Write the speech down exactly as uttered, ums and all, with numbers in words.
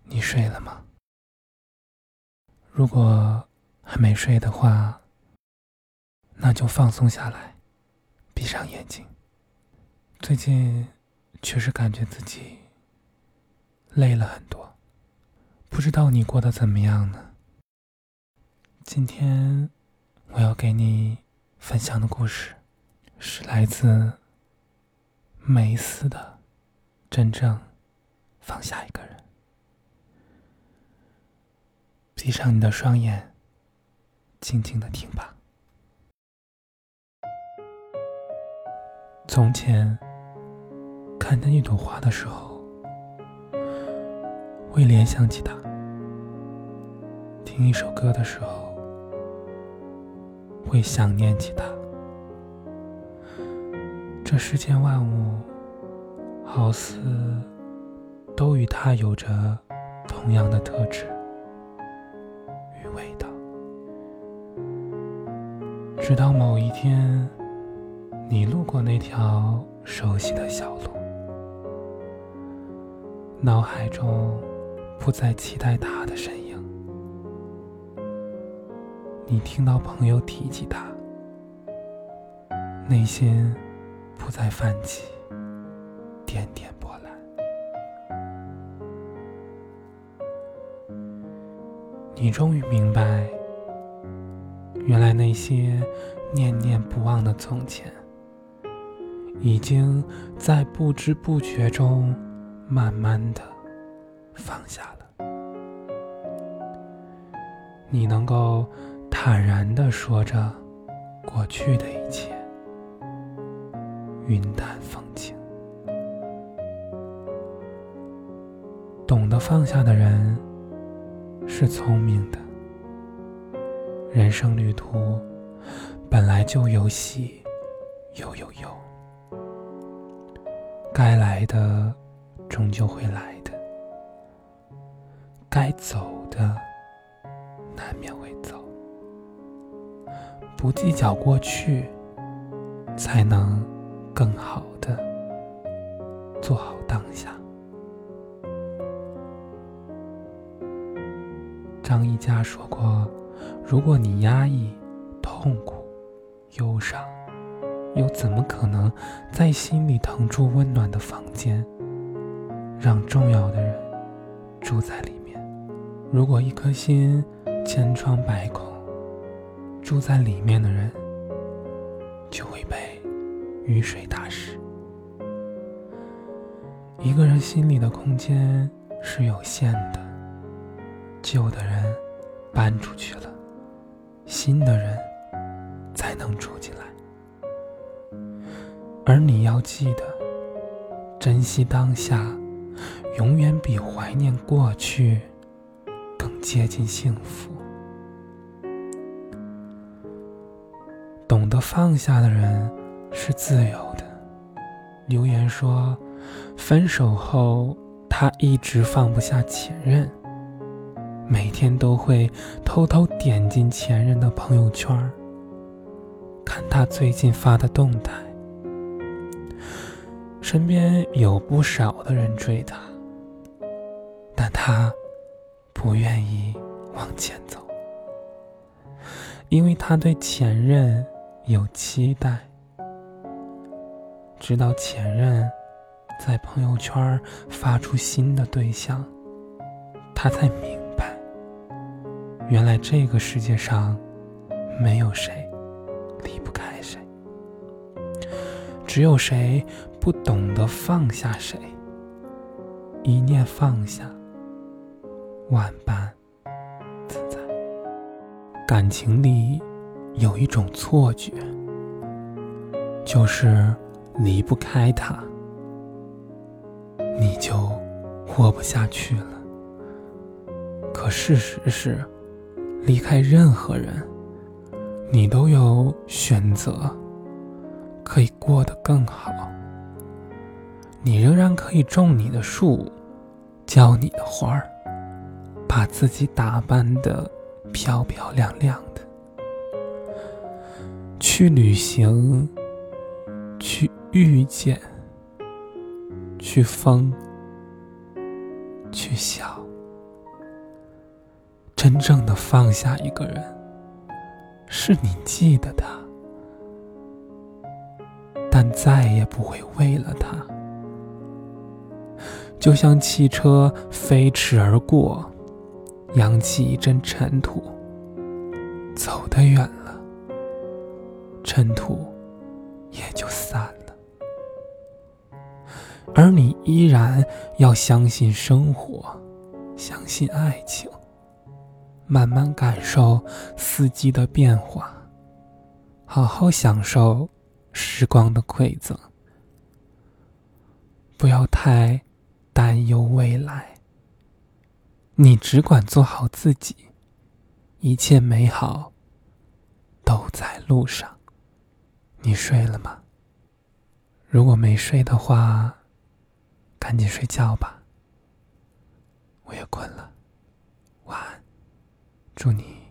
你睡了吗？如果还没睡的话，那就放松下来，闭上眼睛。最近确实感觉自己累了很多，不知道你过得怎么样呢？今天我要给你分享的故事是来自梅斯的真正放下一个人。闭上你的双眼，静静地听吧。从前看见一朵花的时候，会联想起它；听一首歌的时候，会想念起它。这世间万物好似都与它有着同样的特质与味道。直到某一天，你路过那条熟悉的小路，脑海中不再期待他的身影。你听到朋友提起他，内心不再泛起点点波澜。你终于明白，原来那些念念不忘的从前，已经在不知不觉中慢慢的放下了。你能够坦然地说着过去的一切，云淡风轻。懂得放下的人是聪明的。人生旅途本来就有喜又有忧，该来的终究会来的，该走的难免会走。不计较过去，才能更好的做好当下。张一佳说过，如果你压抑、痛苦、忧伤，又怎么可能在心里腾出温暖的房间，让重要的人住在里面？如果一颗心千疮百孔，住在里面的人就会被雨水打湿。一个人心里的空间是有限的，旧的人搬出去了，新的人才能住进来。而你要记得，珍惜当下，永远比怀念过去更接近幸福。懂得放下的人是自由的。留言说，分手后他一直放不下前任，每天都会偷偷点进前任的朋友圈，看他最近发的动态。身边有不少的人追他，但他不愿意往前走，因为他对前任有期待。直到前任在朋友圈发出新的对象，他才明白，原来这个世界上没有谁离不开谁，只有谁不懂得放下谁。一念放下，万般自在。感情里有一种错觉，就是离不开他，你就活不下去了。可事实是，离开任何人，你都有选择，可以过得更好。你仍然可以种你的树，浇你的花儿，把自己打扮得漂漂亮亮的，去旅行，去遇见，去疯，去笑。 真正的放下一个人，是你记得他，但再也不会为了他。就像汽车飞驰而过，扬起一阵尘土，走得远了，尘土也就散了。而你依然要相信生活，相信爱情，慢慢感受四季的变化，好好享受时光的馈赠，不要太担忧未来，你只管做好自己，一切美好都在路上。你睡了吗？如果没睡的话，赶紧睡觉吧，我也困了，晚安，祝你